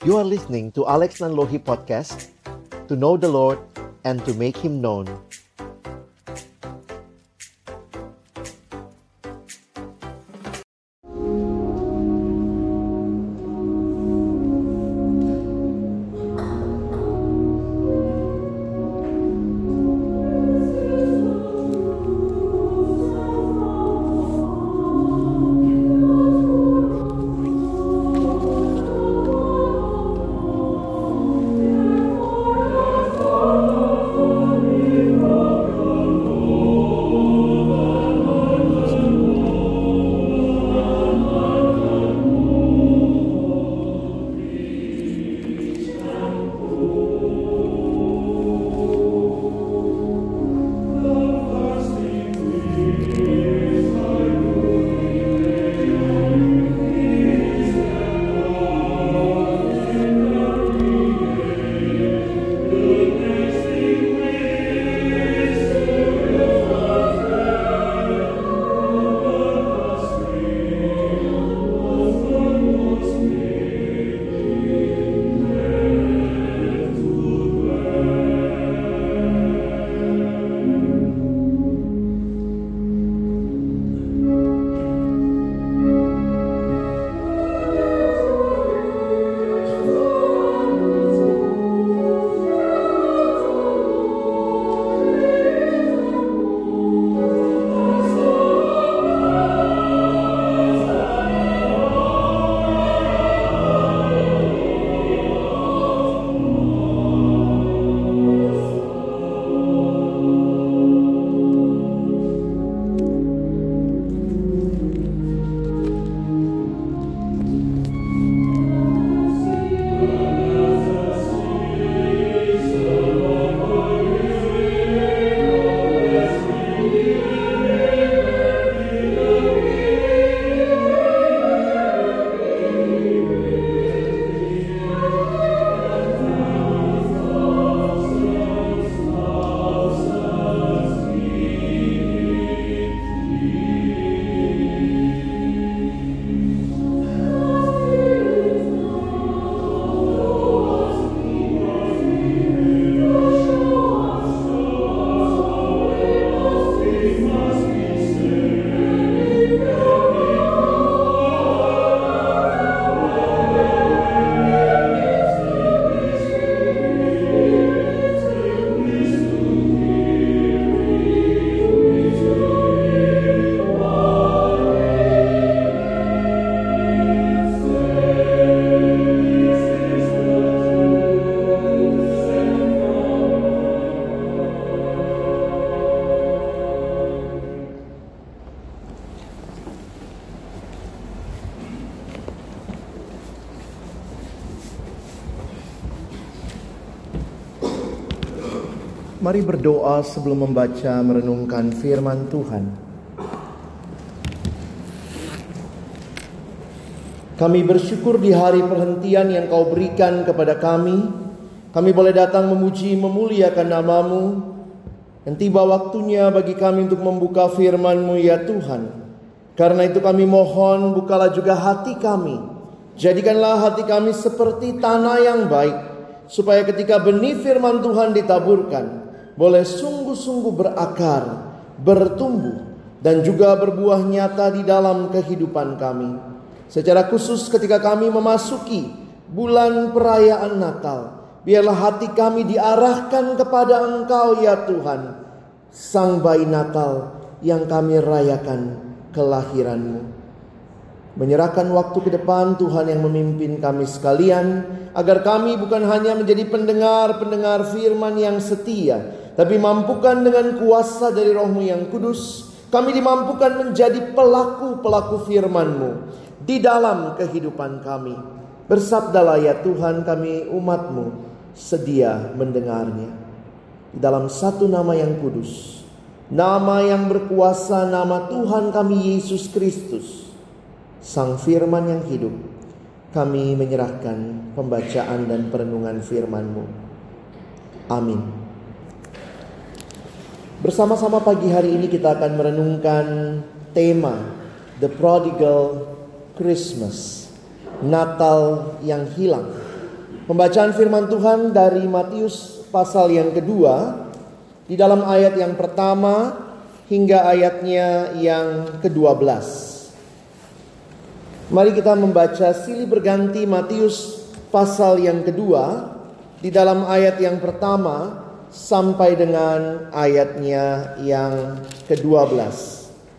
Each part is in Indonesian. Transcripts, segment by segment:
You are listening to Alex Nanlohi Podcast, to know the Lord and to make Him known. Mari berdoa sebelum membaca merenungkan firman Tuhan. Kami bersyukur di hari perhentian yang Kau berikan kepada kami. Kami boleh datang memuji memuliakan nama-Mu. Dan tiba waktunya bagi kami untuk membuka firman-Mu ya Tuhan. Karena itu kami mohon bukalah juga hati kami. Jadikanlah hati kami seperti tanah yang baik. Supaya ketika benih firman Tuhan ditaburkan, boleh sungguh-sungguh berakar, bertumbuh, dan juga berbuah nyata di dalam kehidupan kami. Secara khusus ketika kami memasuki bulan perayaan Natal, biarlah hati kami diarahkan kepada Engkau ya Tuhan, Sang Bayi Natal yang kami rayakan kelahiran-Mu. Menyerahkan waktu ke depan Tuhan yang memimpin kami sekalian, agar kami bukan hanya menjadi pendengar-pendengar firman yang setia, tapi mampukan dengan kuasa dari Roh-Mu yang kudus, kami dimampukan menjadi pelaku-pelaku firman-Mu di dalam kehidupan kami. Bersabdalah ya Tuhan, kami umat-Mu sedia mendengarnya. Di dalam satu nama yang kudus, nama yang berkuasa, nama Tuhan kami Yesus Kristus, Sang Firman yang hidup, kami menyerahkan pembacaan dan perenungan firman-Mu. Amin. Bersama-sama pagi hari ini kita akan merenungkan tema The Prodigal Christmas, Natal yang hilang. Pembacaan firman Tuhan dari Matius pasal yang kedua, di dalam ayat yang pertama hingga ayatnya yang ke-12. Mari kita membaca silih berganti Matius pasal yang kedua, di dalam ayat yang pertama sampai dengan ayatnya yang ke-12.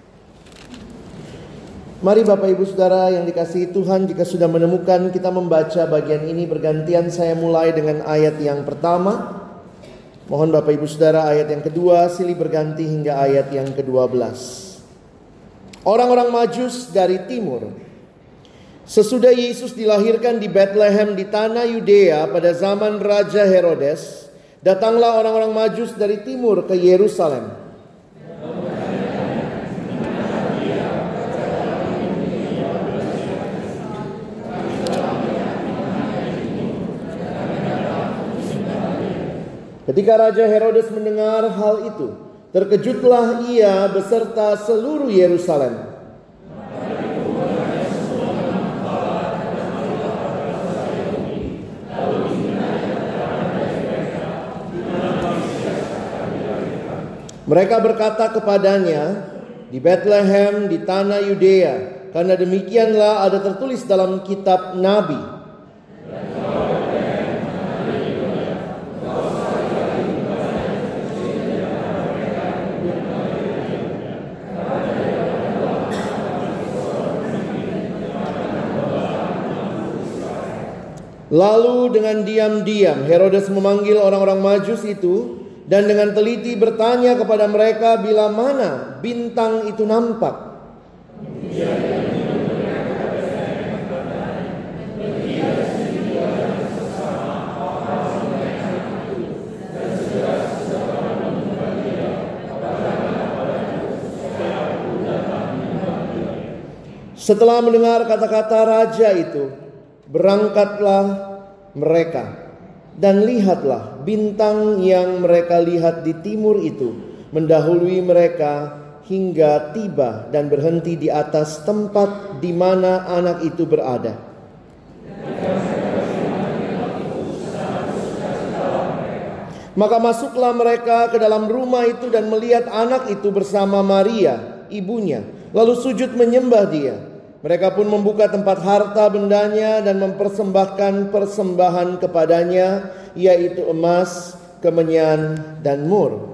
Mari Bapak Ibu Saudara yang dikasihi Tuhan, jika sudah menemukan, kita membaca bagian ini bergantian. Saya mulai dengan ayat yang pertama. Mohon Bapak Ibu Saudara ayat yang kedua silih berganti hingga ayat yang ke-12. Orang-orang Majus dari timur. Sesudah Yesus dilahirkan di Bethlehem di tanah Yudea pada zaman Raja Herodes, datanglah orang-orang Majus dari timur ke Yerusalem. Ketika Raja Herodes mendengar hal itu, terkejutlah ia beserta seluruh Yerusalem. Mereka berkata kepadanya, di Bethlehem di tanah Yudea, karena demikianlah ada tertulis dalam kitab Nabi. Lalu dengan diam-diam Herodes memanggil orang-orang Majus itu dan dengan teliti bertanya kepada mereka bila mana bintang itu nampak. Setelah mendengar kata-kata raja itu, berangkatlah mereka, dan lihatlah bintang yang mereka lihat di timur itu mendahului mereka hingga tiba dan berhenti di atas tempat di mana anak itu berada. Maka masuklah mereka ke dalam rumah itu dan melihat anak itu bersama Maria, ibunya, lalu sujud menyembah dia. Mereka pun membuka tempat harta bendanya dan mempersembahkan persembahan kepadanya, yaitu emas, kemenyan, dan mur.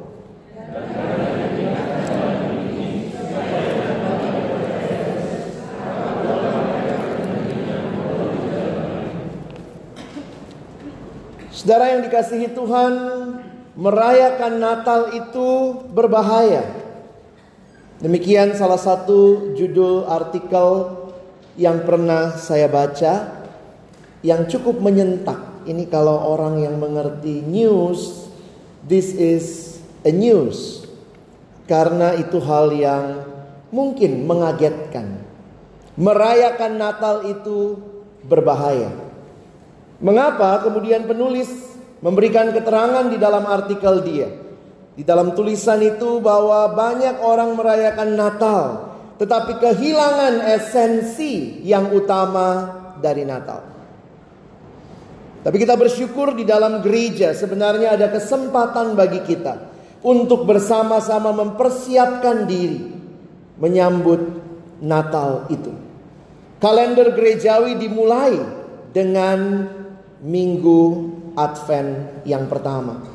Saudara yang dikasihi Tuhan, merayakan Natal itu berbahaya. Demikian salah satu judul artikel yang pernah saya baca, yang cukup menyentak. Ini kalau orang yang mengerti news, this is a news. Karena itu hal yang mungkin mengagetkan. Merayakan Natal itu berbahaya. Mengapa kemudian penulis memberikan keterangan di dalam artikel dia? Di dalam tulisan itu bahwa banyak orang merayakan Natal, tetapi kehilangan esensi yang utama dari Natal. Tapi kita bersyukur di dalam gereja sebenarnya ada kesempatan bagi kita untuk bersama-sama mempersiapkan diri menyambut Natal itu. Kalender gerejawi dimulai dengan Minggu Advent yang pertama.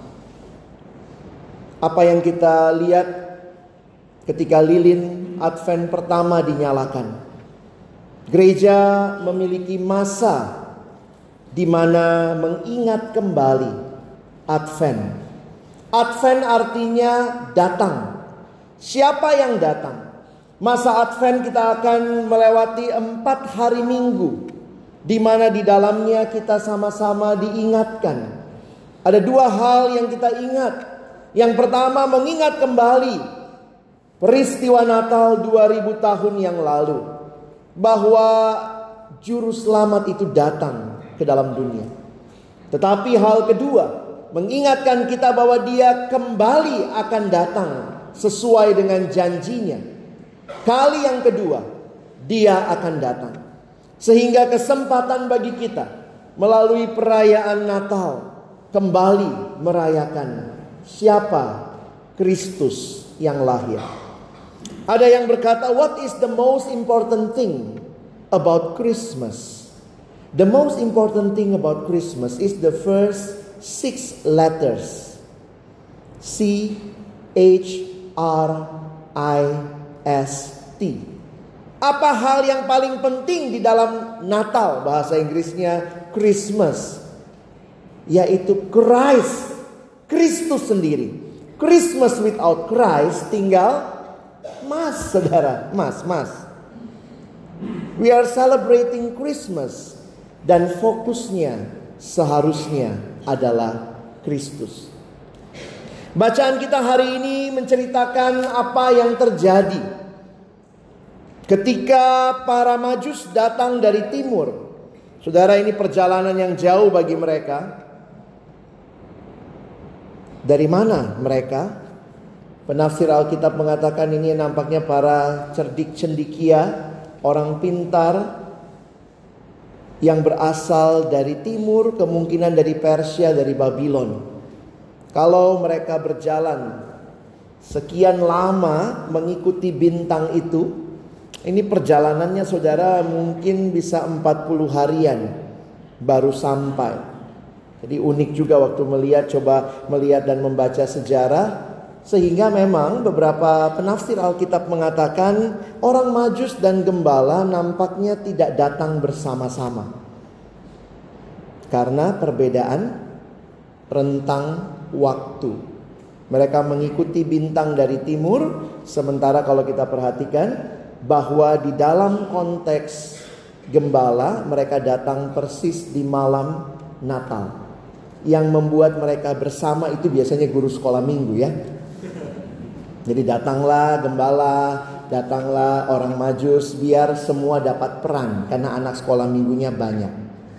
Apa yang kita lihat ketika lilin Advent pertama dinyalakan? Gereja memiliki masa di mana mengingat kembali Advent. Advent artinya datang. Siapa yang datang? Masa Advent kita akan melewati 4 hari Minggu, di mana di dalamnya kita sama-sama diingatkan. Ada 2 hal yang kita ingat. Yang pertama, mengingat kembali peristiwa Natal 2000 tahun yang lalu, bahwa juru selamat itu datang ke dalam dunia. Tetapi hal kedua, mengingatkan kita bahwa dia kembali akan datang sesuai dengan janjinya. Kali yang kedua, dia akan datang. Sehingga kesempatan bagi kita melalui perayaan Natal kembali merayakan siapa Kristus yang lahir. Ada yang berkata, what is the most important thing about Christmas? The most important thing about Christmas is the first 6 letters. C-H-R-I-S-T. Apa hal yang paling penting di dalam Natal? Bahasa Inggrisnya Christmas. Yaitu Christ. Kristus sendiri. Christmas without Christ tinggal Mas, saudara. Mas. We are celebrating Christmas. Dan fokusnya seharusnya adalah Kristus. Bacaan kita hari ini menceritakan apa yang terjadi ketika para Majus datang dari timur. Saudara, ini perjalanan yang jauh bagi mereka. Dari mana mereka? Penafsir Alkitab mengatakan ini nampaknya para cerdik cendikia, orang pintar yang berasal dari timur, kemungkinan dari Persia, dari Babylon. Kalau mereka berjalan sekian lama mengikuti bintang itu, ini perjalanannya saudara mungkin bisa 40 harian baru sampai. Jadi unik juga waktu coba melihat dan membaca sejarah. Sehingga memang beberapa penafsir Alkitab mengatakan orang Majus dan gembala nampaknya tidak datang bersama-sama. Karena perbedaan rentang waktu. Mereka mengikuti bintang dari timur. Sementara kalau kita perhatikan bahwa di dalam konteks gembala mereka datang persis di malam Natal. Yang membuat mereka bersama itu biasanya guru sekolah minggu ya. Jadi datanglah gembala, datanglah orang Majus biar semua dapat peran. Karena anak sekolah minggunya banyak.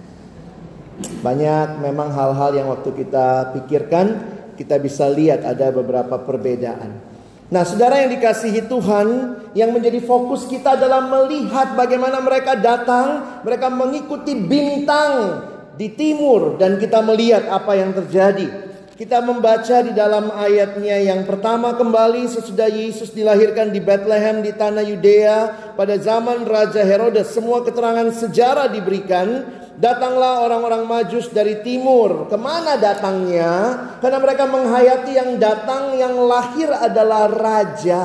Banyak memang hal-hal yang waktu kita pikirkan, kita bisa lihat ada beberapa perbedaan. Nah, saudara yang dikasihi Tuhan, yang menjadi fokus kita adalah melihat bagaimana mereka datang, mereka mengikuti bintang di timur, dan kita melihat apa yang terjadi. Kita membaca di dalam ayatnya yang pertama kembali sesudah Yesus dilahirkan di Bethlehem di tanah Yudea pada zaman Raja Herodes. Semua keterangan sejarah diberikan. Datanglah orang-orang Majus dari timur. Kemana datangnya? Karena mereka menghayati yang datang, yang lahir adalah Raja.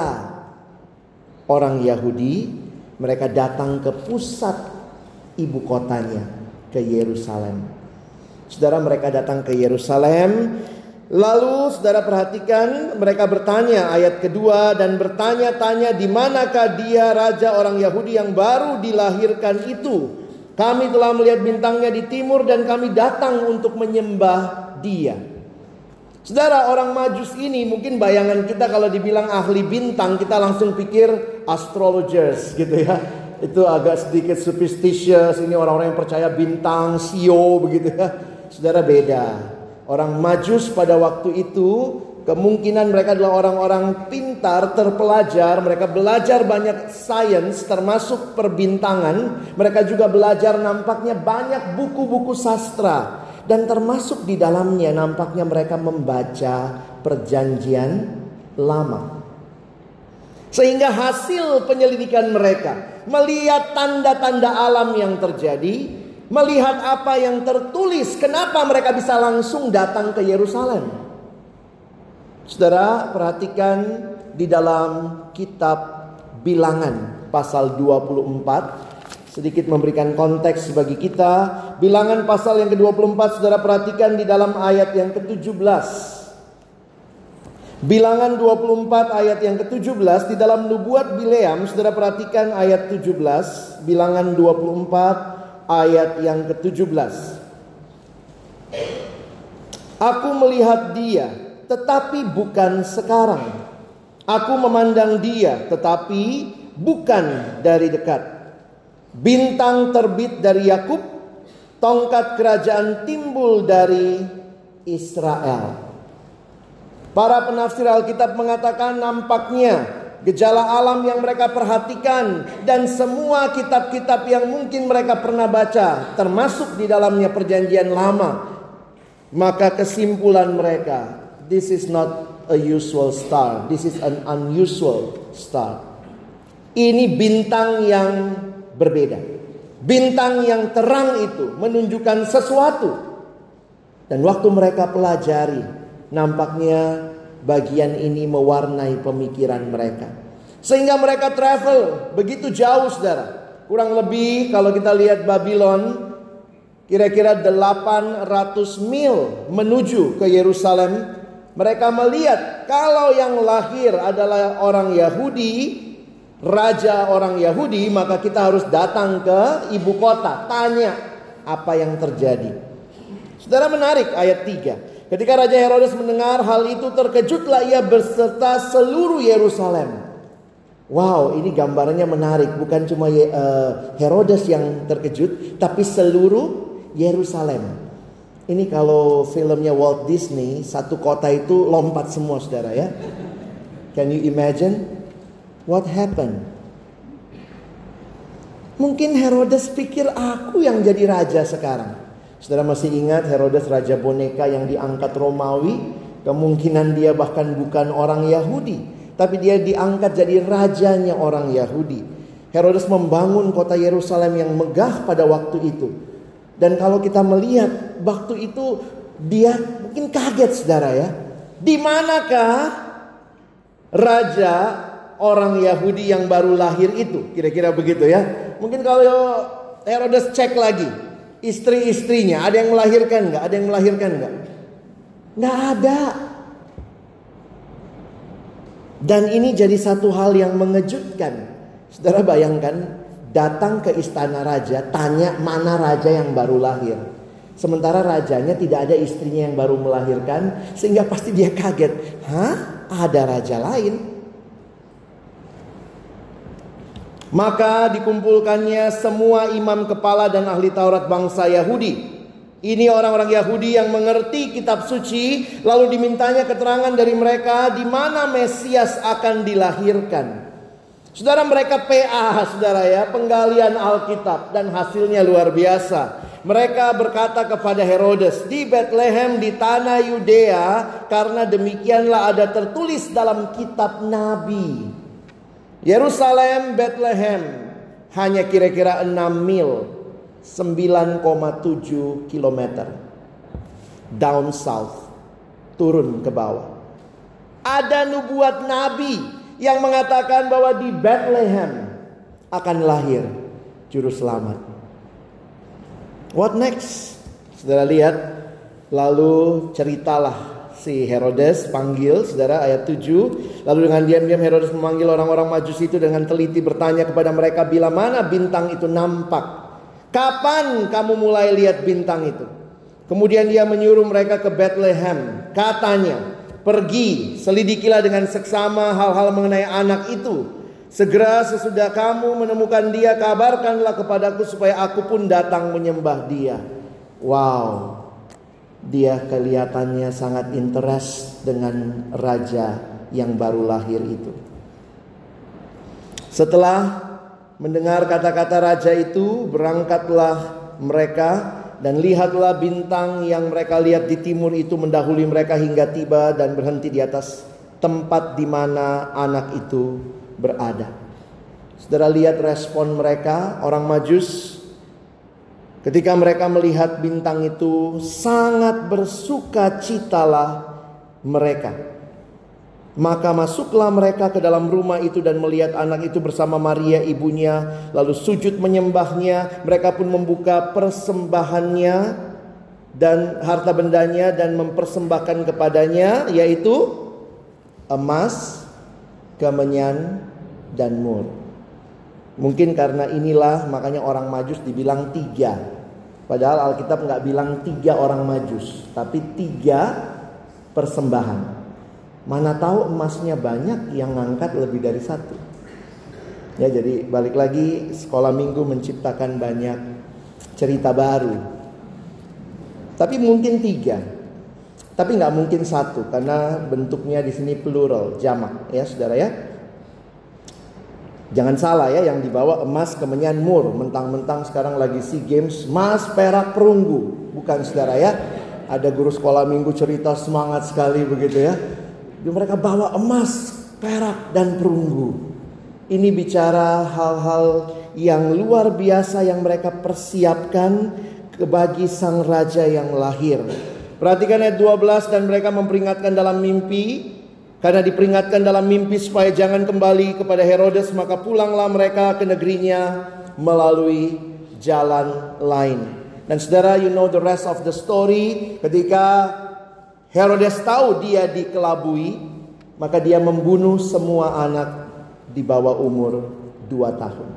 Orang Yahudi, mereka datang ke pusat ibu kotanya, ke Yerusalem. Saudara, mereka datang ke Yerusalem. Lalu saudara perhatikan, mereka bertanya ayat kedua, dan bertanya-tanya, di manakah dia raja orang Yahudi yang baru dilahirkan itu? Kami telah melihat bintangnya di timur dan kami datang untuk menyembah dia. Saudara, orang Majus ini mungkin bayangan kita kalau dibilang ahli bintang, kita langsung pikir astrologers gitu ya. Itu agak sedikit superstitious, ini orang-orang yang percaya bintang, sio begitu ya. Saudara, beda. Orang Majus pada waktu itu kemungkinan mereka adalah orang-orang pintar, terpelajar. Mereka belajar banyak sains termasuk perbintangan. Mereka juga belajar nampaknya banyak buku-buku sastra. Dan termasuk di dalamnya nampaknya mereka membaca perjanjian lama. Sehingga hasil penyelidikan mereka, melihat tanda-tanda alam yang terjadi, melihat apa yang tertulis, kenapa mereka bisa langsung datang ke Yerusalem. Saudara, perhatikan di dalam kitab Bilangan pasal 24. Sedikit memberikan konteks bagi kita. Bilangan pasal yang ke-24, saudara perhatikan di dalam ayat yang ke-17. Bilangan 24 ayat yang ke-17 di dalam nubuat Bileam, saudara perhatikan ayat 17. Bilangan 24 ayat yang ke-17. Aku melihat dia, tetapi bukan sekarang. Aku memandang dia, tetapi bukan dari dekat. Bintang terbit dari Yakub, tongkat kerajaan timbul dari Israel. Para penafsir Alkitab mengatakan nampaknya gejala alam yang mereka perhatikan, dan semua kitab-kitab yang mungkin mereka pernah baca, termasuk di dalamnya Perjanjian Lama, maka kesimpulan mereka, this is not a usual star, this is an unusual star. Ini bintang yang berbeda. Bintang yang terang itu menunjukkan sesuatu. Dan waktu mereka pelajari, nampaknya bagian ini mewarnai pemikiran mereka. Sehingga mereka travel begitu jauh, saudara. Kurang lebih kalau kita lihat Babylon, kira-kira 800 mil menuju ke Yerusalem. Mereka melihat kalau yang lahir adalah orang Yahudi, raja orang Yahudi, maka kita harus datang ke ibu kota, tanya apa yang terjadi. Saudara, menarik ayat 3. Ketika Raja Herodes mendengar hal itu, terkejutlah ia beserta seluruh Yerusalem. Wow, ini gambarannya menarik. Bukan cuma Herodes yang terkejut, tapi seluruh Yerusalem. Ini kalau filmnya Walt Disney, satu kota itu lompat semua, saudara ya. Can you imagine? What happened? Mungkin Herodes pikir aku yang jadi raja sekarang. Saudara masih ingat Herodes raja boneka yang diangkat Romawi? Kemungkinan dia bahkan bukan orang Yahudi, tapi dia diangkat jadi rajanya orang Yahudi. Herodes membangun kota Yerusalem yang megah pada waktu itu. Dan kalau kita melihat waktu itu, dia mungkin kaget, saudara ya. Di manakah raja orang Yahudi yang baru lahir itu? Kira-kira begitu ya. Mungkin kalau Herodes cek lagi, istri-istrinya ada yang melahirkan nggak? Ada yang melahirkan nggak? Nggak ada. Dan ini jadi satu hal yang mengejutkan. Saudara bayangkan, datang ke istana raja, tanya mana raja yang baru lahir. Sementara rajanya tidak ada istrinya yang baru melahirkan, sehingga pasti dia kaget. Hah? Ada raja lain? Maka dikumpulkannya semua imam kepala dan ahli Taurat bangsa Yahudi. Ini orang-orang Yahudi yang mengerti kitab suci. Lalu dimintanya keterangan dari mereka di mana Mesias akan dilahirkan. Saudara, mereka PA, saudara ya, penggalian Alkitab, dan hasilnya luar biasa. Mereka berkata kepada Herodes, di Bethlehem di tanah Yudea, karena demikianlah ada tertulis dalam kitab Nabi. Yerusalem, Bethlehem hanya kira-kira 6 mil, 9,7 kilometer down south, turun ke bawah. Ada nubuat Nabi yang mengatakan bahwa di Bethlehem akan lahir juru selamat. What next? Saudara lihat, lalu ceritalah si Herodes panggil, saudara, ayat 7. Lalu dengan diam-diam Herodes memanggil orang-orang Majusi itu dengan teliti, bertanya kepada mereka bila mana bintang itu nampak. Kapan kamu mulai lihat bintang itu? Kemudian dia menyuruh mereka ke Bethlehem. Katanya, pergi, selidikilah dengan seksama hal-hal mengenai anak itu. Segera sesudah kamu menemukan dia, kabarkanlah kepadaku supaya aku pun datang menyembah dia. Wow. Dia kelihatannya sangat interest dengan raja yang baru lahir itu. Setelah mendengar kata-kata raja itu, berangkatlah mereka dan lihatlah bintang yang mereka lihat di timur itu mendahului mereka hingga tiba dan berhenti di atas tempat di mana anak itu berada. Saudara lihat respon mereka, orang Majus. Ketika mereka melihat bintang itu, sangat bersukacitalah mereka. Maka masuklah mereka ke dalam rumah itu dan melihat anak itu bersama Maria ibunya, lalu sujud menyembahnya. Mereka pun membuka persembahannya dan harta bendanya dan mempersembahkan kepadanya, yaitu emas, kemenyan, dan mur. Mungkin karena inilah makanya orang Majus dibilang 3. Padahal Alkitab nggak bilang 3 orang Majus, tapi 3 persembahan. Mana tahu emasnya banyak, yang ngangkat lebih dari 1. Ya, jadi balik lagi, sekolah minggu menciptakan banyak cerita baru. Tapi mungkin 3. Tapi nggak mungkin 1, karena bentuknya di sini plural, jamak, ya saudara ya. Jangan salah ya, yang dibawa emas kemenyan mur. Mentang-mentang sekarang lagi SEA Games, emas, perak, perunggu. Bukan saudara ya. Ada guru sekolah minggu cerita semangat sekali begitu ya. Mereka bawa emas, perak, dan perunggu. Ini bicara hal-hal yang luar biasa yang mereka persiapkan bagi sang raja yang lahir. Perhatikan ayat 12, dan mereka memperingatkan dalam mimpi. Karena diperingatkan dalam mimpi supaya jangan kembali kepada Herodes, maka pulanglah mereka ke negerinya melalui jalan lain. Dan saudara, you know the rest of the story. Ketika Herodes tahu dia dikelabui, maka dia membunuh semua anak di bawah umur 2 tahun.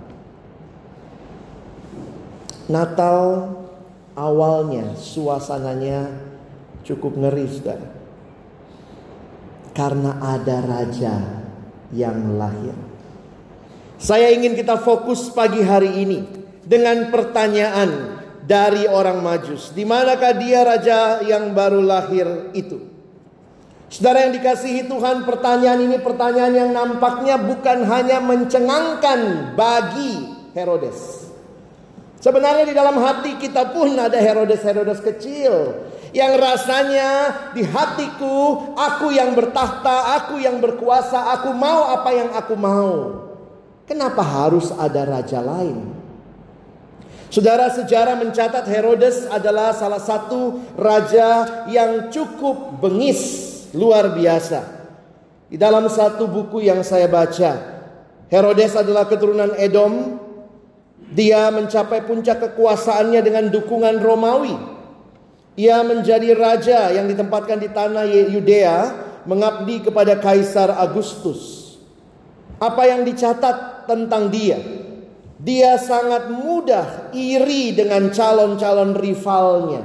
Natal awalnya suasananya cukup ngeri, saudara. Karena ada raja yang lahir. Saya ingin kita fokus pagi hari ini dengan pertanyaan dari orang Majus. Di manakah dia raja yang baru lahir itu? Saudara yang dikasihi Tuhan, pertanyaan ini pertanyaan yang nampaknya bukan hanya mencengangkan bagi Herodes. Sebenarnya di dalam hati kita pun ada Herodes-Herodes kecil yang rasanya di hatiku, aku yang bertahta, aku yang berkuasa, aku mau apa yang aku mau. Kenapa harus ada raja lain? Saudara, sejarah mencatat Herodes adalah salah satu raja yang cukup bengis, luar biasa. Di dalam satu buku yang saya baca, Herodes adalah keturunan Edom. Dia mencapai puncak kekuasaannya dengan dukungan Romawi. Ia menjadi raja yang ditempatkan di tanah Yudea, mengabdi kepada Kaisar Agustus. Apa yang dicatat tentang dia? Dia sangat mudah iri dengan calon-calon rivalnya.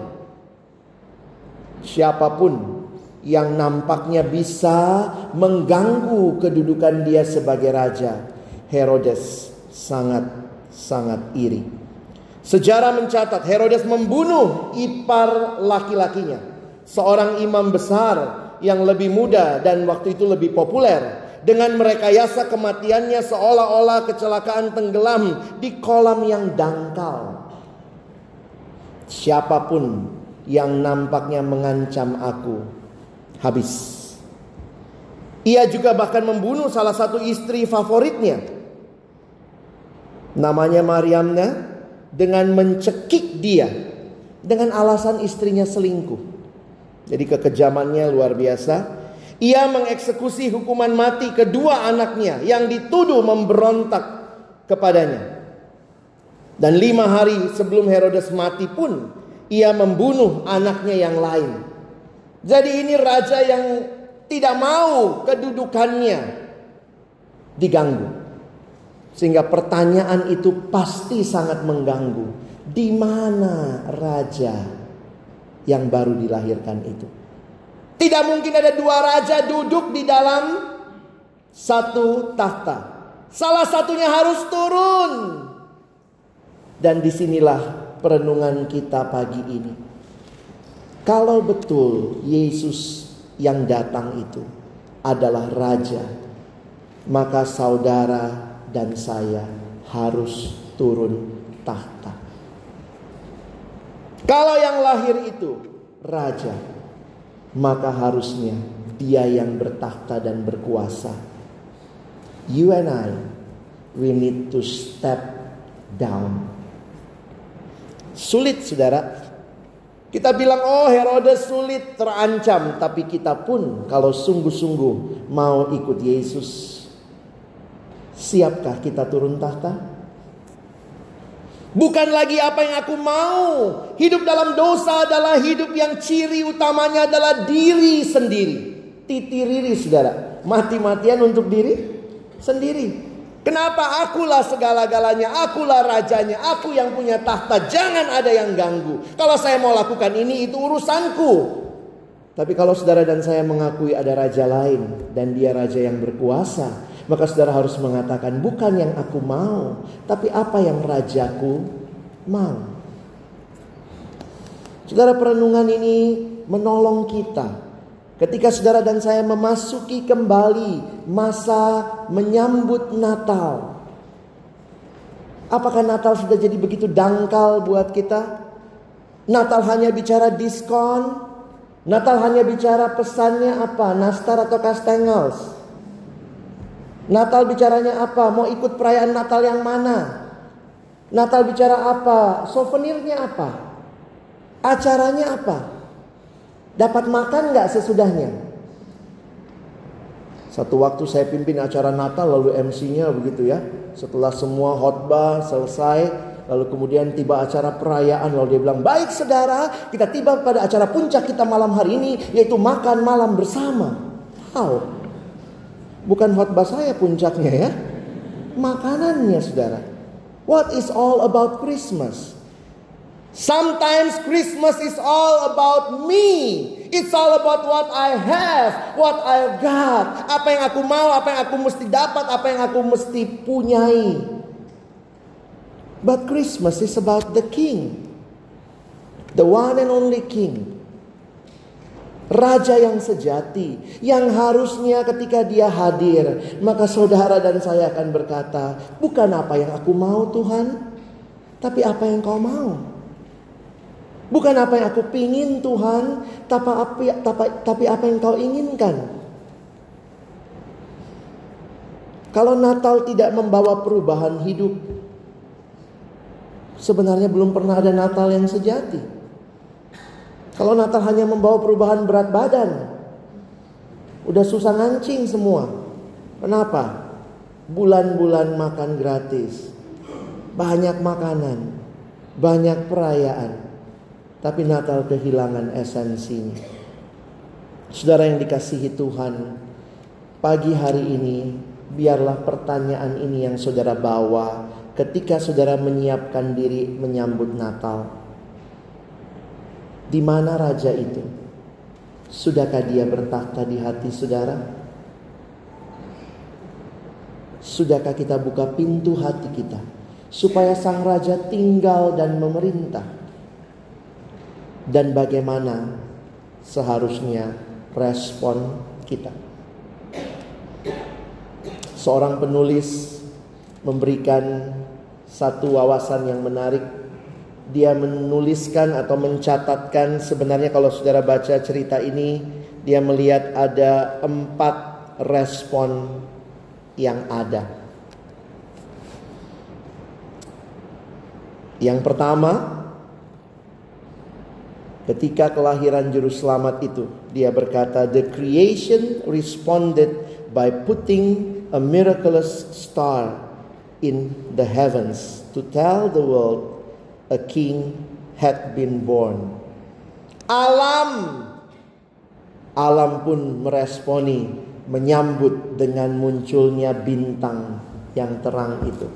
Siapapun yang nampaknya bisa mengganggu kedudukan dia sebagai raja, Herodes sangat iri. Sejarah mencatat Herodes membunuh ipar laki-lakinya, seorang imam besar yang lebih muda dan waktu itu lebih populer, dengan merekayasa kematiannya seolah-olah kecelakaan tenggelam di kolam yang dangkal. Siapapun yang nampaknya mengancam aku, habis. Ia juga bahkan membunuh salah satu istri favoritnya, namanya Mariamna, dengan mencekik dia dengan alasan istrinya selingkuh. Jadi kekejamannya luar biasa. Ia mengeksekusi hukuman mati kedua anaknya yang dituduh memberontak kepadanya. Dan 5 hari sebelum Herodes mati pun ia membunuh anaknya yang lain. Jadi ini raja yang tidak mau kedudukannya diganggu. Sehingga pertanyaan itu pasti sangat mengganggu. Di mana raja yang baru dilahirkan itu? Tidak mungkin ada 2 raja duduk di dalam satu tahta. Salah satunya harus turun. Dan disinilah perenungan kita pagi ini. Kalau betul Yesus yang datang itu adalah raja, maka saudara dan saya harus turun tahta. Kalau yang lahir itu raja, maka harusnya dia yang bertahta dan berkuasa. You and I, we need to step down. Sulit, saudara. Kita bilang, oh Herodes sulit, terancam. Tapi kita pun kalau sungguh-sungguh mau ikut Yesus, siapkah kita turun tahta? Bukan lagi apa yang aku mau. Hidup dalam dosa adalah hidup yang ciri utamanya adalah diri sendiri. Titiriri, saudara. Mati-matian untuk diri sendiri. Kenapa? Akulah segala-galanya, akulah rajanya, aku yang punya tahta. Jangan ada yang ganggu. Kalau saya mau lakukan ini, itu urusanku. Tapi kalau saudara dan saya mengakui ada raja lain dan dia raja yang berkuasa, maka saudara harus mengatakan, bukan yang aku mau, tapi apa yang rajaku mau. Saudara, perenungan ini menolong kita. Ketika saudara dan saya memasuki kembali masa menyambut Natal. Apakah Natal sudah jadi begitu dangkal buat kita? Natal hanya bicara diskon? Natal hanya bicara pesannya apa? Nastar atau kastengels? Natal bicaranya apa? Mau ikut perayaan Natal yang mana? Natal bicara apa? Souvenirnya apa? Acaranya apa? Dapat makan gak sesudahnya? Satu waktu saya pimpin acara Natal, lalu MC-nya begitu ya. Setelah semua khotbah selesai, lalu kemudian tiba acara perayaan, lalu dia bilang, baik saudara, kita tiba pada acara puncak kita malam hari ini, yaitu makan malam bersama. Wow, bukan khotbah saya puncaknya ya, makanannya saudara. What is all about Christmas? Sometimes Christmas is all about me. It's all about what I have, what I got. Apa yang aku mau, apa yang aku mesti dapat, apa yang aku mesti punyai. But Christmas is about the King. The one and only King. Raja yang sejati, yang harusnya ketika dia hadir, maka saudara dan saya akan berkata, bukan apa yang aku mau Tuhan, tapi apa yang kau mau. Bukan apa yang aku pingin Tuhan, tapi apa yang kau inginkan. Kalau Natal tidak membawa perubahan hidup, sebenarnya belum pernah ada Natal yang sejati. Kalau Natal hanya membawa perubahan berat badan, udah susah ngancing semua. Kenapa? Bulan-bulan makan gratis, banyak makanan, banyak perayaan, tapi Natal kehilangan esensinya. Saudara yang dikasihi Tuhan, pagi hari ini biarlah pertanyaan ini yang saudara bawa ketika saudara menyiapkan diri menyambut Natal. Di mana raja itu? Sudahkah dia bertakhta di hati saudara? Sudahkah kita buka pintu hati kita supaya sang raja tinggal dan memerintah? Dan bagaimana seharusnya respon kita? Seorang penulis memberikan satu wawasan yang menarik. Dia menuliskan atau mencatatkan, sebenarnya kalau saudara baca cerita ini, dia melihat ada 4 respon yang ada. Yang pertama, ketika kelahiran juru selamat itu, dia berkata, the creation responded by putting a miraculous star in the heavens to tell the world a king had been born. Alam pun meresponi, menyambut dengan munculnya bintang yang terang itu.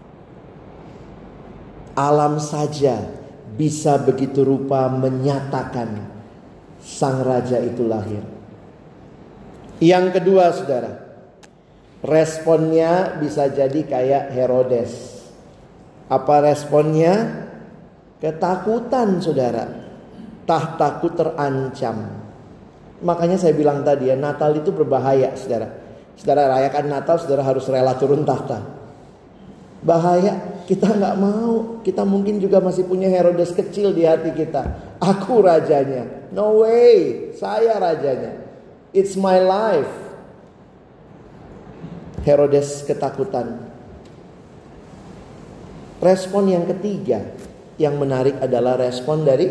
Alam saja bisa begitu rupa menyatakan sang raja itu lahir. Yang kedua saudara, responnya bisa jadi kayak Herodes. Apa responnya? Ketakutan saudara. Tahtaku terancam. Makanya saya bilang tadi ya, Natal itu berbahaya saudara. Saudara rayakan Natal, saudara harus rela turun tahta. Bahaya, kita gak mau. Kita mungkin juga masih punya Herodes kecil di hati kita. Aku rajanya. No way, saya rajanya. It's my life. Herodes ketakutan. Respon yang ketiga yang menarik adalah respon dari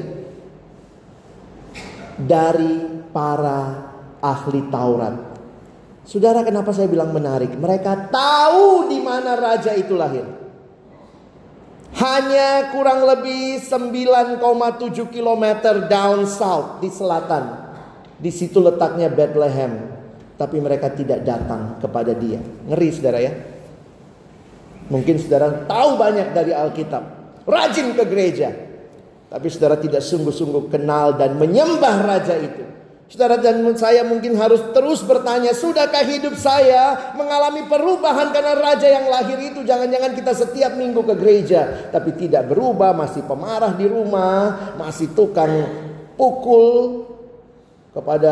para ahli Taurat. Saudara, kenapa saya bilang menarik? Mereka tahu di mana raja itu lahir. Hanya kurang lebih 9,7 km down south di selatan. Di situ letaknya Bethlehem. Tapi mereka tidak datang kepada dia. Ngeri saudara ya. Mungkin saudara tahu banyak dari Alkitab, rajin ke gereja, tapi saudara tidak sungguh-sungguh kenal dan menyembah raja itu. Saudara dan saya mungkin harus terus bertanya, sudahkah hidup saya mengalami perubahan karena raja yang lahir itu? Jangan-jangan kita setiap minggu ke gereja tapi tidak berubah, masih pemarah di rumah, masih tukang pukul kepada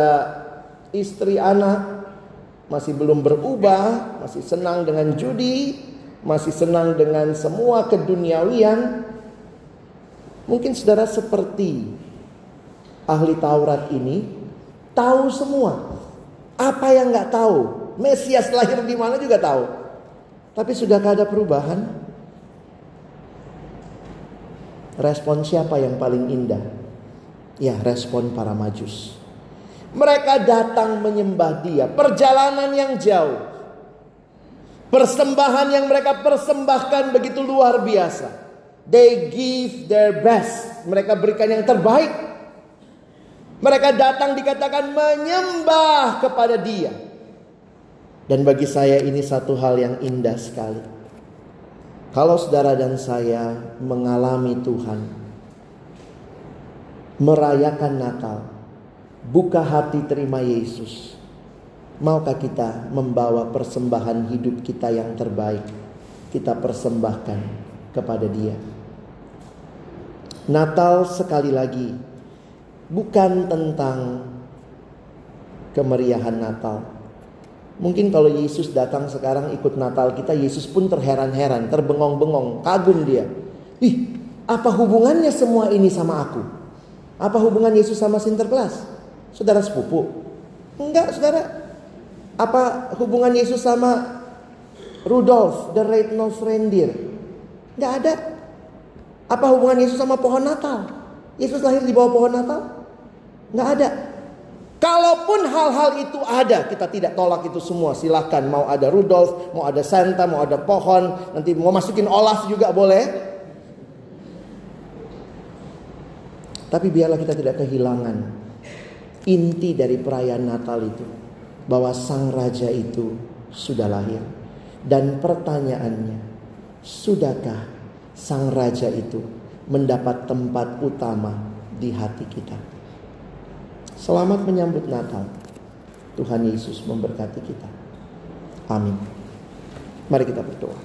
istri anak, masih belum berubah, masih senang dengan judi, masih senang dengan semua keduniawian. Mungkin saudara seperti ahli Taurat ini, tahu semua. Apa yang gak tahu? Mesias lahir di mana juga tahu. Tapi sudahkah ada perubahan? Respon siapa yang paling indah? Ya, respon para Majus. Mereka datang menyembah Dia. Perjalanan yang jauh. Persembahan yang mereka persembahkan begitu luar biasa. They give their best. Mereka berikan yang terbaik. Mereka datang dikatakan menyembah kepada Dia. Dan bagi saya ini satu hal yang indah sekali. Kalau saudara dan saya mengalami Tuhan, merayakan Natal, buka hati terima Yesus, maukah kita membawa persembahan hidup kita yang terbaik, kita persembahkan kepada Dia. Natal sekali lagi bukan tentang kemeriahan Natal. Mungkin kalau Yesus datang sekarang ikut Natal kita, Yesus pun terheran-heran, terbengong-bengong, kagum dia. Ih, apa hubungannya semua ini sama aku? Apa hubungan Yesus sama Sinterklas? Saudara sepupu? Enggak, saudara. Apa hubungan Yesus sama Rudolf, the Red-Nosed Reindeer? Enggak ada. Apa hubungan Yesus sama pohon Natal? Yesus lahir di bawah pohon Natal? Enggak ada. Kalaupun hal-hal itu ada, kita tidak tolak itu semua. Silahkan, mau ada Rudolf, mau ada Santa, mau ada pohon, nanti mau masukin Olaf juga boleh. Tapi biarlah kita tidak kehilangan inti dari perayaan Natal itu, bahwa Sang Raja itu sudah lahir. Dan pertanyaannya, sudahkah Sang Raja itu mendapat tempat utama di hati kita? Selamat menyambut Natal. Tuhan Yesus memberkati kita. Amin. Mari kita berdoa.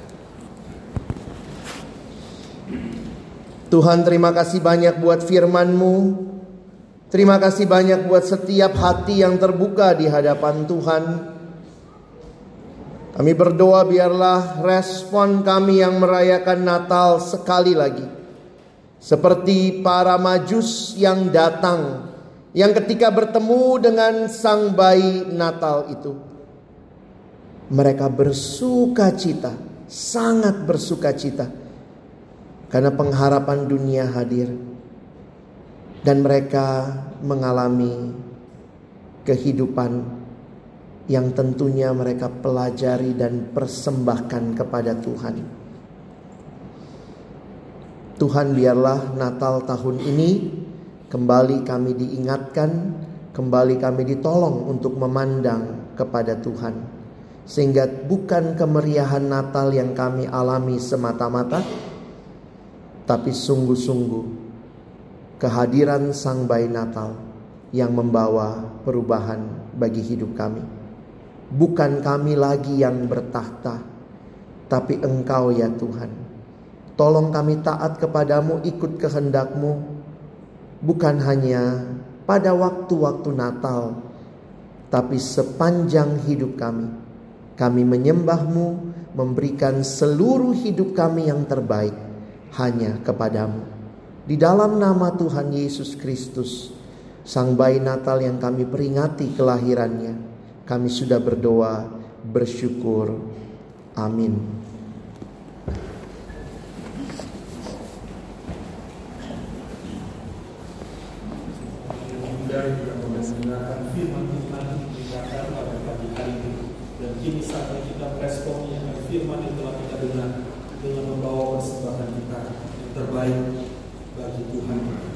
Tuhan, terima kasih banyak buat firman-Mu. Terima kasih banyak buat setiap hati yang terbuka di hadapan Tuhan. Kami berdoa biarlah respon kami yang merayakan Natal sekali lagi seperti para Majus yang datang, yang ketika bertemu dengan sang bayi Natal itu, mereka bersuka cita, sangat bersuka cita, karena pengharapan dunia hadir. Dan mereka mengalami kehidupan yang tentunya mereka pelajari dan persembahkan kepada Tuhan. Tuhan, biarlah Natal tahun ini kembali kami diingatkan, kembali kami ditolong untuk memandang kepada Tuhan. Sehingga bukan kemeriahan Natal yang kami alami semata-mata, tapi sungguh-sungguh kehadiran Sang Bayi Natal yang membawa perubahan bagi hidup kami. Bukan kami lagi yang bertahta, tapi Engkau ya Tuhan. Tolong kami taat kepadamu, ikut kehendak-Mu. Bukan hanya pada waktu-waktu Natal, tapi sepanjang hidup kami. Kami menyembah-Mu, memberikan seluruh hidup kami yang terbaik hanya kepadamu. Di dalam nama Tuhan Yesus Kristus, Sang Bayi Natal yang kami peringati kelahirannya, kami sudah berdoa, bersyukur. Amin. Dari yang mendengarkan firman Tuhan dikatakan pada pagi hari ini, dan kini saatnya kita meresponnya dengan firman yang telah kita dengar dengan membawa persembahan kita yang terbaik bagi Tuhan.